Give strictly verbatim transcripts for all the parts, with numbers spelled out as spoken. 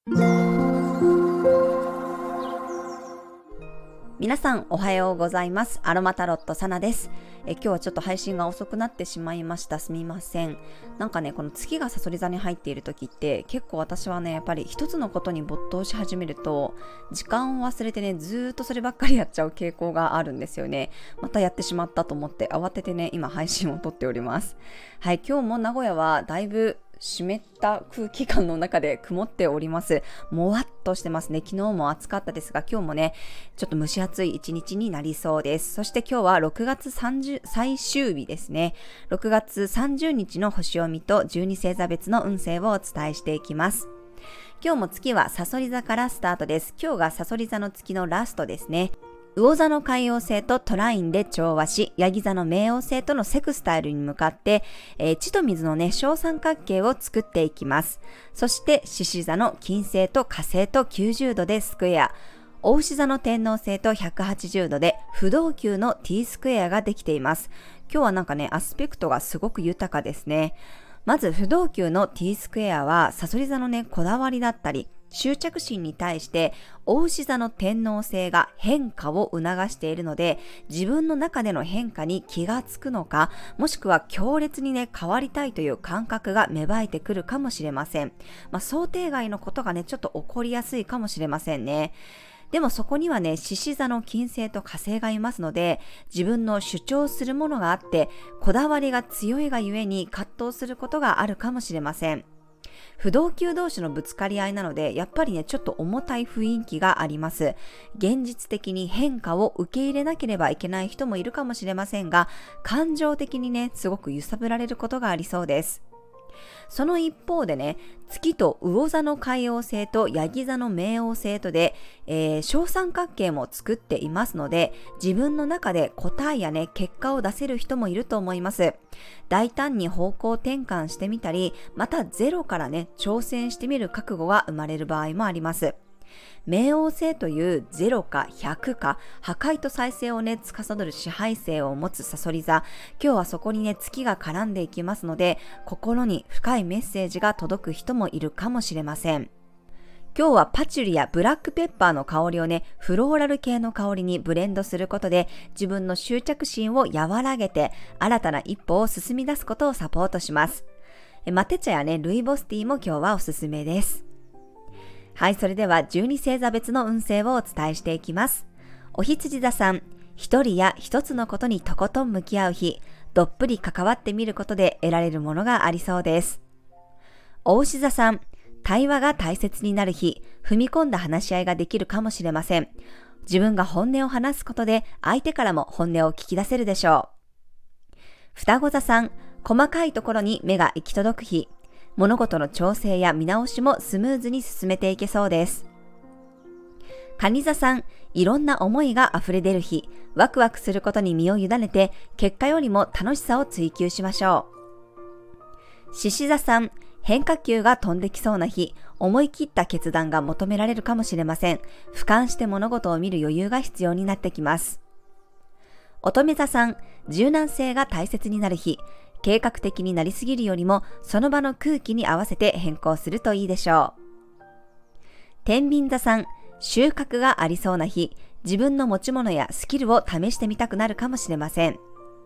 皆さんおはようございます。アロマタロットサナです。え今日はちょっと配信が遅くなってしまいました。すみません。なんかね、この月が蠍座に入っている時って結構私はね、やっぱり一つのことに没頭し始めると時間を忘れてね、ずーっとそればっかりやっちゃう傾向があるんですよね。またやってしまったと思って慌ててね、今配信を撮っております。はい、今日も名古屋はだいぶ湿った空気感の中で曇っております。もわっとしてますね。昨日も暑かったですが、今日もね、ちょっと蒸し暑い一日になりそうです。そして今日はろくがつさんじゅう最終日ですね。ろくがつさんじゅうにちの星読みとじゅうに星座別の運勢をお伝えしていきます。今日も月は蠍座からスタートです。今日が蠍座の月のラストですね。魚座の海王星とトラインで調和し、ヤギ座の冥王星とのセクスタイルに向かって、えー、地と水のね、小三角形を作っていきます。そして、獅子座の金星と火星ときゅうじゅうどでスクエア、牡牛座の天王星とひゃくはちじゅうどで不動級の T スクエアができています。今日はなんかね、アスペクトがすごく豊かですね。まず不動級の T スクエアは、蠍座のね、こだわりだったり、執着心に対して牡牛座の天王星が変化を促しているので、自分の中での変化に気がつくのか、もしくは強烈にね変わりたいという感覚が芽生えてくるかもしれません。まあ、想定外のことがねちょっと起こりやすいかもしれませんね。でもそこにはね、獅子座の金星と火星がいますので、自分の主張するものがあって、こだわりが強いがゆえに葛藤することがあるかもしれません。不動級同士のぶつかり合いなので、やっぱりね、ちょっと重たい雰囲気があります。現実的に変化を受け入れなければいけない人もいるかもしれませんが、感情的にね、すごく揺さぶられることがありそうです。その一方でね、月と魚座の海王星とヤギ座の冥王星とで、えー、小三角形も作っていますので、自分の中で答えやね、結果を出せる人もいると思います。大胆に方向転換してみたり、またゼロからね、挑戦してみる覚悟が生まれる場合もあります。冥王星というゼロかひゃくか破壊と再生をね司る支配性を持つ蠍座、今日はそこにね月が絡んでいきますので、心に深いメッセージが届く人もいるかもしれません。今日はパチュリやブラックペッパーの香りをね、フローラル系の香りにブレンドすることで、自分の執着心を和らげて新たな一歩を進み出すことをサポートします。マテ茶やねルイボスティーも今日はおすすめです。はい、それではじゅうに星座別の運勢をお伝えしていきます。お羊座さん、一人や一つのことにとことん向き合う日、どっぷり関わってみることで得られるものがありそうです。牡牛座さん、対話が大切になる日、踏み込んだ話し合いができるかもしれません。自分が本音を話すことで相手からも本音を聞き出せるでしょう。双子座さん、細かいところに目が行き届く日、物事の調整や見直しもスムーズに進めていけそうです。蟹座さん、いろんな思いが溢れ出る日、ワクワクすることに身を委ねて、結果よりも楽しさを追求しましょう。獅子座さん、変化球が飛んできそうな日、思い切った決断が求められるかもしれません。俯瞰して物事を見る余裕が必要になってきます。乙女座さん、柔軟性が大切になる日、計画的になりすぎるよりもその場の空気に合わせて変更するといいでしょう。天秤座さん、収穫がありそうな日、自分の持ち物やスキルを試してみたくなるかもしれません。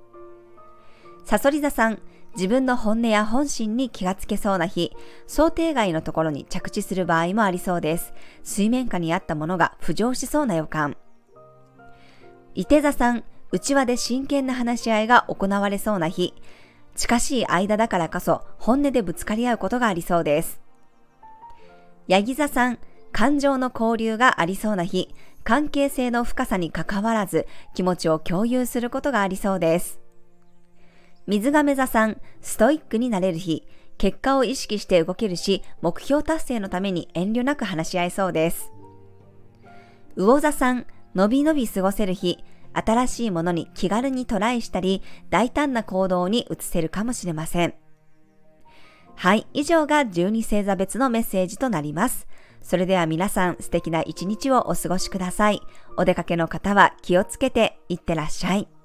蠍座さん、自分の本音や本心に気がつけそうな日、想定外のところに着地する場合もありそうです。水面下にあったものが浮上しそうな予感。射手座さん、内輪で真剣な話し合いが行われそうな日、近しい間だからこそ本音でぶつかり合うことがありそうです。ヤギ座さん、感情の交流がありそうな日、関係性の深さに関わらず気持ちを共有することがありそうです。水亀座さん、ストイックになれる日、結果を意識して動けるし、目標達成のために遠慮なく話し合いそうです。魚座さん、のびのび過ごせる日、新しいものに気軽にトライしたり、大胆な行動に移せるかもしれません。はい、以上がじゅうに星座別のメッセージとなります。それでは皆さん、素敵な一日をお過ごしください。お出かけの方は気をつけていってらっしゃい。